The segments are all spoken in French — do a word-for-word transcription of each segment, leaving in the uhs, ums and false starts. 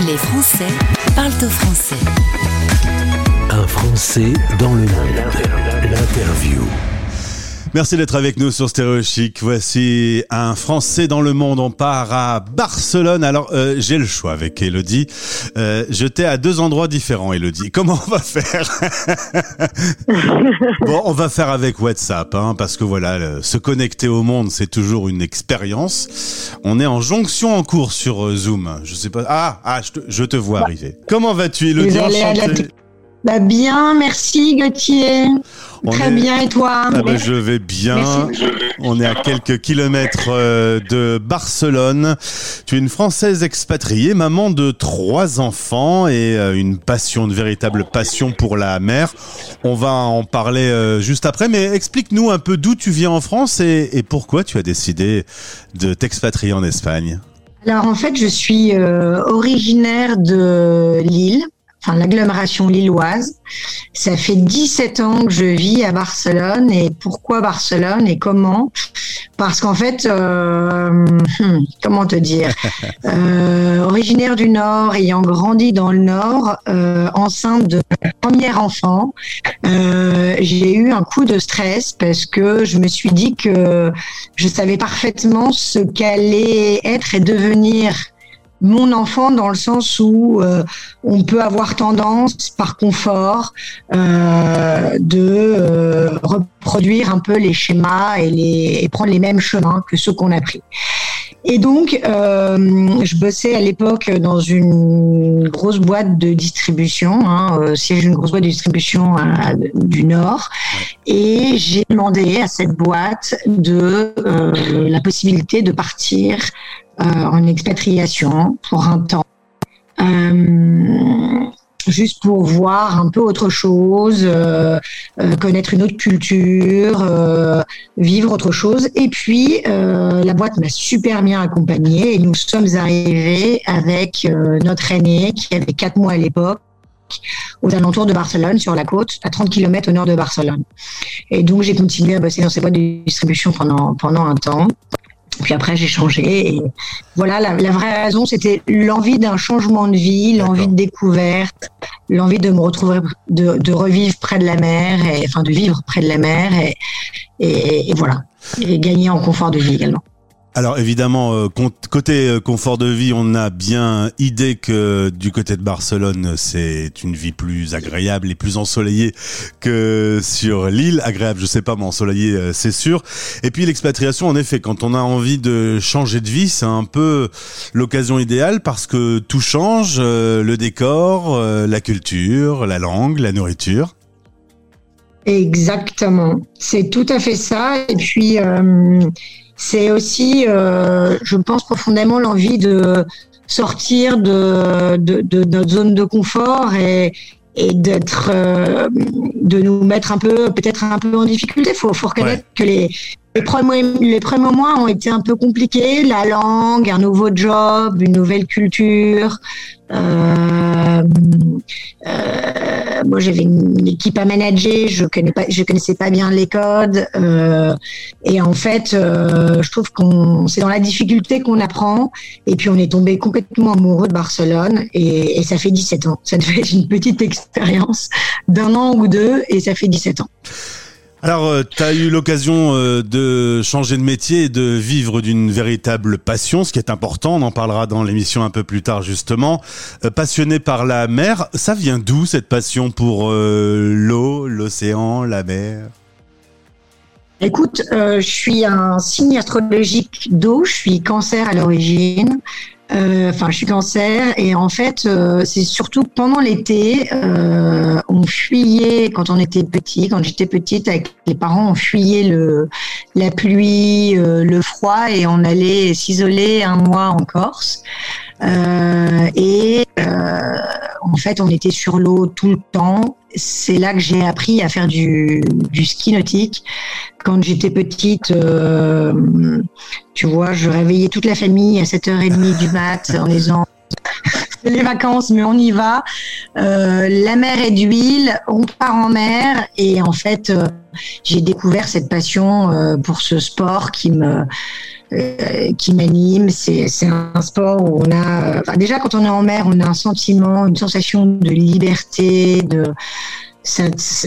Les Français parlent au français. Un Français dans le monde. L'interview. Merci d'être avec nous sur Stéréo Chic. Voici un Français dans le monde. On part à Barcelone. Alors, euh, j'ai le choix avec Élodie. Euh, j'étais à deux endroits différents, Élodie. Comment on va faire? Bon, on va faire avec WhatsApp, hein, parce que voilà, le, se connecter au monde, c'est toujours une expérience. On est en jonction en cours sur euh, Zoom. Je sais pas. Ah, ah, je te, je te vois arriver. Comment vas-tu, Élodie? Enchantée. Bah bien, merci Gauthier. On Très est... bien, et toi? Ah bah, je vais bien. Merci. On est à quelques kilomètres euh, de Barcelone. Tu es une Française expatriée, maman de trois enfants et euh, une passion, une véritable passion pour la mer. On va en parler euh, juste après, mais explique-nous un peu d'où tu viens en France et, et pourquoi tu as décidé de t'expatrier en Espagne. Alors en fait, je suis euh, originaire de Lille. Enfin, l'agglomération lilloise. Ça fait dix-sept ans que je vis à Barcelone. Et pourquoi Barcelone et comment? Parce qu'en fait, euh, comment te dire, euh, originaire du Nord, ayant grandi dans le Nord, euh, enceinte de mon premier enfant, euh, j'ai eu un coup de stress parce que je me suis dit que je savais parfaitement ce qu'allait être et devenir mon enfant, dans le sens où euh, on peut avoir tendance, par confort, euh, de euh, reproduire un peu les schémas et, les, et prendre les mêmes chemins que ceux qu'on a pris. Et donc, euh, je bossais à l'époque dans une grosse boîte de distribution, hein, euh, siège d'une grosse boîte de distribution à, à, du Nord, et j'ai demandé à cette boîte de euh, la possibilité de partir Euh, en expatriation pour un temps, euh, juste pour voir un peu autre chose, euh, euh, connaître une autre culture, euh, vivre autre chose. Et puis, euh, la boîte m'a super bien accompagnée et nous sommes arrivés avec euh, notre aîné qui avait quatre mois à l'époque, aux alentours de Barcelone, sur la côte, à trente kilomètres au nord de Barcelone. Et donc, j'ai continué à bosser dans ces boîtes de distribution pendant, pendant un temps. Puis après, j'ai changé. Et voilà, la, la vraie raison, c'était l'envie d'un changement de vie, D'accord. l'envie de découverte, l'envie de me retrouver, de, de revivre près de la mer, et, enfin de vivre près de la mer, et, et, et voilà, et gagner en confort de vie également. Alors évidemment, euh, côté euh, confort de vie, on a bien idée que du côté de Barcelone, c'est une vie plus agréable et plus ensoleillée que sur l'île. Agréable, je sais pas, mais ensoleillée, euh, c'est sûr. Et puis l'expatriation, en effet, quand on a envie de changer de vie, c'est un peu l'occasion idéale parce que tout change, euh, le décor, euh, la culture, la langue, la nourriture. Exactement, c'est tout à fait ça. Et puis... Euh, c'est aussi, euh, je pense profondément, l'envie de sortir de, de, de notre zone de confort et, et d'être, euh, de nous mettre un peu, peut-être un peu en difficulté. Faut, faut reconnaître ouais. que les, les premiers, les premiers mois ont été un peu compliqués. La langue, un nouveau job, une nouvelle culture. Euh, euh, moi, j'avais une équipe à manager. Je connais pas, je connaissais pas bien les codes. Euh, et en fait, euh, je trouve qu'on, c'est dans la difficulté qu'on apprend. Et puis, on est tombé complètement amoureux de Barcelone. Et, et ça fait dix-sept ans. Ça devait être une petite expérience d'un an ou deux, et ça fait dix-sept ans. Alors, euh, tu as eu l'occasion euh, de changer de métier et de vivre d'une véritable passion, ce qui est important, on en parlera dans l'émission un peu plus tard justement. Euh, passionné par la mer, ça vient d'où cette passion pour euh, l'eau, l'océan, la mer ? Écoute, euh, je suis un signe astrologique d'eau, je suis Cancer à l'origine. Euh, enfin, je suis Cancer, et en fait, euh, c'est surtout pendant l'été, euh, on fuyait quand on était petit. Quand j'étais petite, avec les parents, on fuyait le la pluie, euh, le froid, et on allait s'isoler un mois en Corse. Euh, et euh, en fait, on était sur l'eau tout le temps. C'est là que j'ai appris à faire du, du ski nautique. Quand j'étais petite, euh, tu vois, je réveillais toute la famille à sept heures trente du mat en disant c'est les vacances, mais on y va. Euh, la mer est d'huile, on part en mer. Et en fait, euh, j'ai découvert cette passion euh, pour ce sport qui me euh, qui m'anime. C'est, c'est un sport où on a, enfin, déjà quand on est en mer, on a un sentiment, une sensation de liberté, de ça,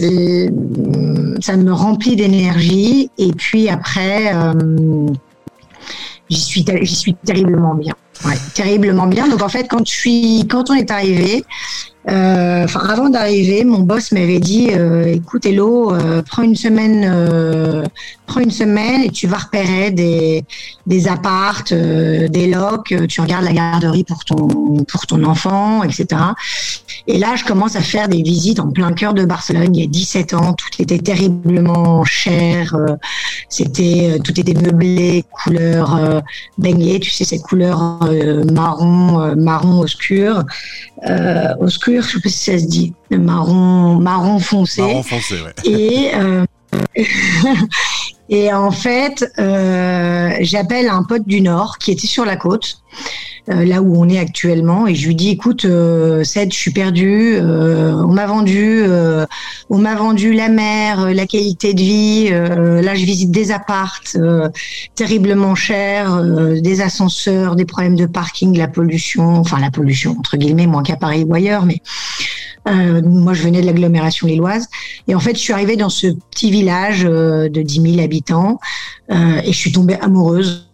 ça me remplit d'énergie. Et puis après, euh, j'y suis, j'y suis terriblement bien. Ouais, terriblement bien. Donc en fait, quand je suis, quand on est arrivé, euh, enfin avant d'arriver, mon boss m'avait dit, euh, écoute Hello, euh, prends une semaine, euh, prends une semaine et tu vas repérer des des appartes, euh, des locs, tu regardes la garderie pour ton pour ton enfant, et cetera. Et là, je commence à faire des visites en plein cœur de Barcelone. Il y a dix-sept ans, tout était terriblement cher. Euh, c'était, tout était meublé, couleur euh, beignet, tu sais, cette couleur euh, marron, euh, marron obscur, euh, obscur, je sais pas si ça se dit, marron, marron foncé. Marron foncé, ouais. Et euh, et en fait, euh, j'appelle un pote du Nord qui était sur la côte. Euh, là où on est actuellement, et je lui dis écoute euh, Ced, je suis perdue, euh, on m'a vendu euh, on m'a vendu la mer, euh, la qualité de vie, euh, là je visite des appartes euh, terriblement chers, euh, des ascenseurs, des problèmes de parking, la pollution, enfin la pollution entre guillemets, moins qu'à Paris ou ailleurs, mais Euh, moi, je venais de l'agglomération lilloise. Et en fait, je suis arrivée dans ce petit village euh, de dix mille habitants euh, et je suis tombée amoureuse.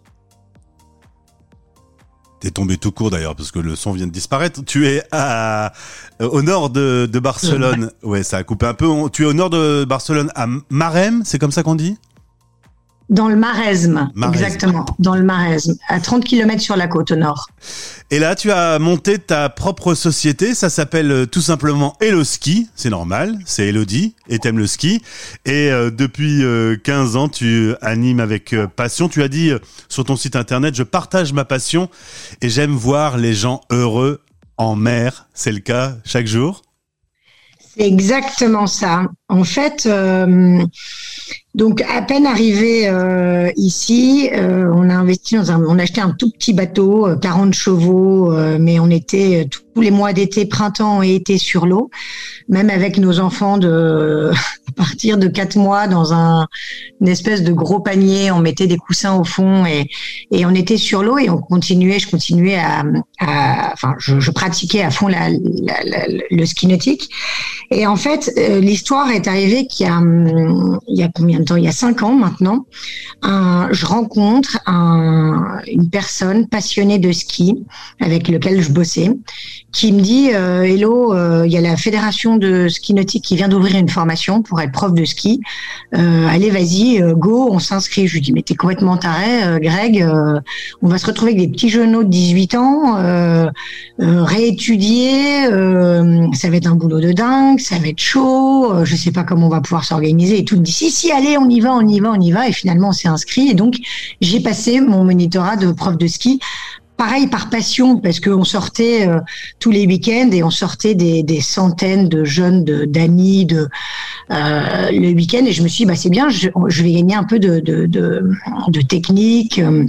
T'es tombé tout court d'ailleurs parce que le son vient de disparaître. Tu es à, au nord de, de Barcelone. Ouais, ça a coupé un peu. Tu es au nord de Barcelone, à Marem, c'est comme ça qu'on dit ? Dans le Maresme, Maresme. Exactement, dans le Maresme, à trente kilomètres sur la côte au nord. Et là, tu as monté ta propre société, ça s'appelle tout simplement Hello Ski, c'est normal, c'est Elodie, et t'aimes le ski. Et euh, depuis euh, quinze ans, tu animes avec euh, passion. Tu as dit euh, sur ton site internet, je partage ma passion et j'aime voir les gens heureux en mer. C'est le cas chaque jour ? C'est exactement ça. En fait, euh, donc à peine arrivé euh, ici, euh, on a investi dans un, on a acheté un tout petit bateau, euh, quarante chevaux, euh, mais on était tous les mois d'été, printemps et été sur l'eau, même avec nos enfants de à partir de quatre mois dans un une espèce de gros panier, on mettait des coussins au fond et et on était sur l'eau et on continuait, je continuais à, à enfin je, je pratiquais à fond la, la, la, le ski nautique. Et en fait, euh, l'histoire est arrivée qu'il y a, hum, il y a combien de temps ? Il y a cinq ans maintenant. Un, je rencontre un, une personne passionnée de ski avec lequel je bossais, qui me dit euh, Hello, euh, il y a la fédération de ski nautique qui vient d'ouvrir une formation pour être prof de ski. Euh, allez, vas-y, euh, go, on s'inscrit. Je lui dis mais t'es complètement taré, euh, Greg. Euh, on va se retrouver avec des petits genoux de dix-huit ans, euh, euh, réétudier. Euh, ça va être un boulot de dingue. Ça va être chaud, euh, je sais pas comment on va pouvoir s'organiser et tout. Me dit si si allez on y va, on y va, on y va et finalement on s'est inscrit et donc j'ai passé mon monitorat de prof de ski. Pareil par passion parce qu'on sortait euh, tous les week-ends et on sortait des, des centaines de jeunes, de, d'amis de euh, le week-end et je me suis dit bah c'est bien, je, je vais gagner un peu de de de, de technique. Euh,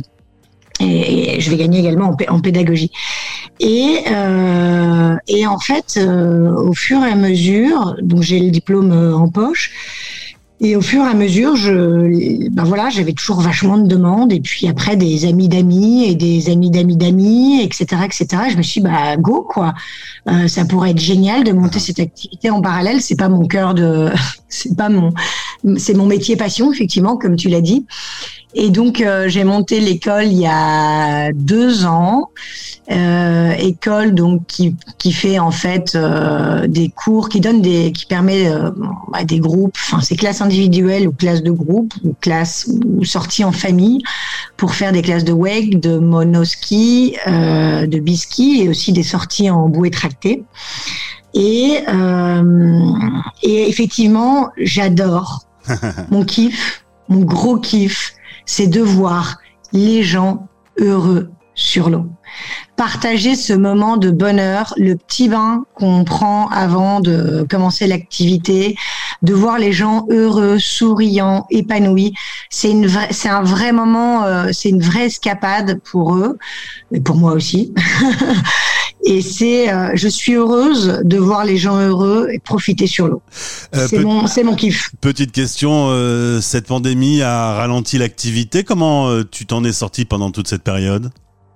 Et, et je vais gagner également en, en pédagogie. Et, euh, et en fait, euh, au fur et à mesure, donc j'ai le diplôme en poche, et au fur et à mesure, je, ben voilà, j'avais toujours vachement de demandes, et puis après des amis d'amis et des amis d'amis d'amis, et cetera, et cetera. Je me suis dit, bah go quoi, euh, ça pourrait être génial de monter cette activité en parallèle. C'est pas mon cœur de, c'est pas mon, c'est mon métier passion effectivement, comme tu l'as dit. Et donc euh, j'ai monté l'école il y a deux ans, euh, école donc qui qui fait en fait euh, des cours, qui donne des, qui permet euh, à des groupes, enfin c'est classes individuelles ou classes de groupe ou classes ou sorties en famille pour faire des classes de wake, de monoski, euh, de biski et aussi des sorties en bouée tractée. Et euh, et effectivement j'adore mon kiff, mon gros kiff. C'est de voir les gens heureux sur l'eau. Partager ce moment de bonheur, le petit bain qu'on prend avant de commencer l'activité, de voir les gens heureux, souriants, épanouis. C'est une vraie, c'est un vrai moment, euh, c'est une vraie escapade pour eux, et pour moi aussi. Et c'est, euh, je suis heureuse de voir les gens heureux et profiter sur l'eau. Euh, c'est, pe- mon, c'est mon kiff. Petite question, euh, cette pandémie a ralenti l'activité. Comment euh, tu t'en es sortie pendant toute cette période ?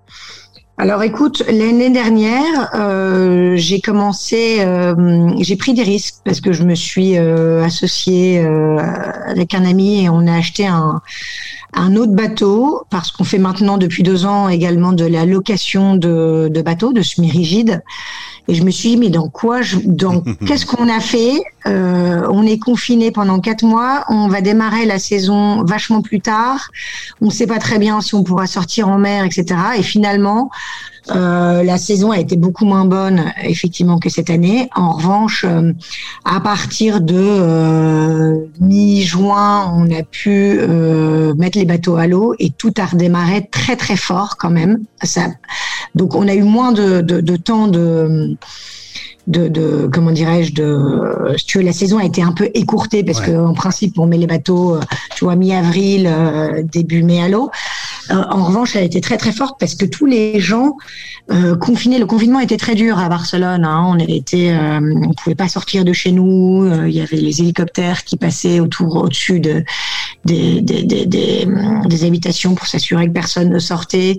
Alors écoute, l'année dernière, euh, j'ai commencé, euh, j'ai pris des risques parce que je me suis euh, associée euh, avec un ami et on a acheté un, un autre bateau parce qu'on fait maintenant depuis deux ans également de la location de, de bateaux, de semi-rigides. Et je me suis dit, mais dans quoi, je, dans qu'est-ce qu'on a fait ? euh, On est confiné pendant quatre mois. On va démarrer la saison vachement plus tard. On ne sait pas très bien si on pourra sortir en mer, et cetera. Et finalement, euh, la saison a été beaucoup moins bonne, effectivement, que cette année. En revanche, euh, à partir de euh, mi-juin, on a pu euh, mettre les bateaux à l'eau et tout a redémarré très très fort quand même. Ça, donc, on a eu moins de, de, de temps de De, de comment dirais-je de si tu veux, la saison a été un peu écourtée parce ouais. que en principe on met les bateaux tu vois mi-avril euh, début mai à l'eau. Euh, en revanche elle a été très très forte parce que tous les gens euh, confinés, le confinement était très dur à Barcelone, hein. On était euh, on pouvait pas sortir de chez nous, il euh, y avait les hélicoptères qui passaient autour au-dessus de des des des des, des habitations pour s'assurer que personne ne sortait.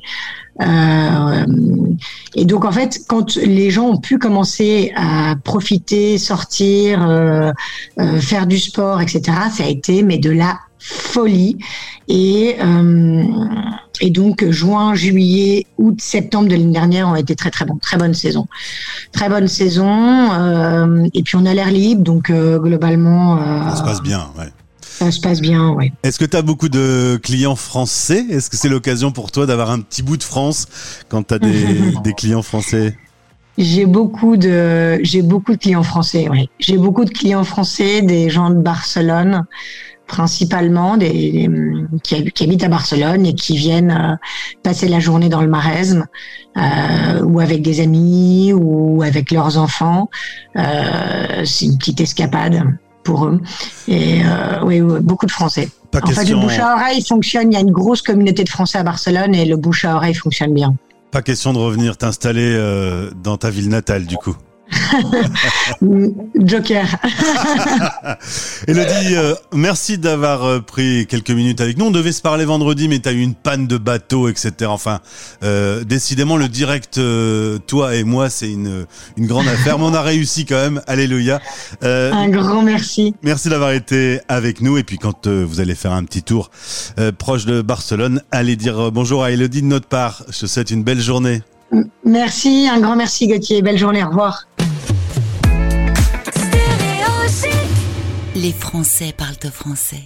Euh, et donc en fait, quand les gens ont pu commencer à profiter, sortir, euh, euh, faire du sport, et cetera, ça a été mais de la folie. Et euh, et donc juin, juillet, août, septembre de l'année dernière ont été très très bons, très bonne saison, très bonne saison. Euh, et puis on a l'air libre, donc euh, globalement, euh, ça se passe bien, ouais. Ça se passe bien, oui. Est-ce que tu as beaucoup de clients français ? Est-ce que c'est l'occasion pour toi d'avoir un petit bout de France quand tu as des, des clients français ? J'ai beaucoup de, j'ai beaucoup de clients français, oui. J'ai beaucoup de clients français, des gens de Barcelone, principalement, des, des qui, qui habitent à Barcelone et qui viennent euh, passer la journée dans le Maresme, euh, ou avec des amis, ou avec leurs enfants. Euh, c'est une petite escapade pour eux. Et euh, oui, oui, beaucoup de Français. Pas en question... fait, le bouche à oreille fonctionne. Il y a une grosse communauté de Français à Barcelone et le bouche à oreille fonctionne bien. Pas question de revenir t'installer euh, dans ta ville natale, du coup. Joker. Élodie, euh, merci d'avoir euh, pris quelques minutes avec nous. On devait se parler vendredi, mais tu as eu une panne de bateau, et cetera. Enfin, euh, décidément, le direct, euh, toi et moi, c'est une, une grande affaire. Mais on a réussi quand même. Alléluia. Euh, un grand merci. Merci d'avoir été avec nous. Et puis, quand euh, vous allez faire un petit tour euh, proche de Barcelone, allez dire bonjour à Élodie de notre part. Je te souhaite une belle journée. Merci, un grand merci Gauthier. Belle journée, au revoir. Les Français parlent au français.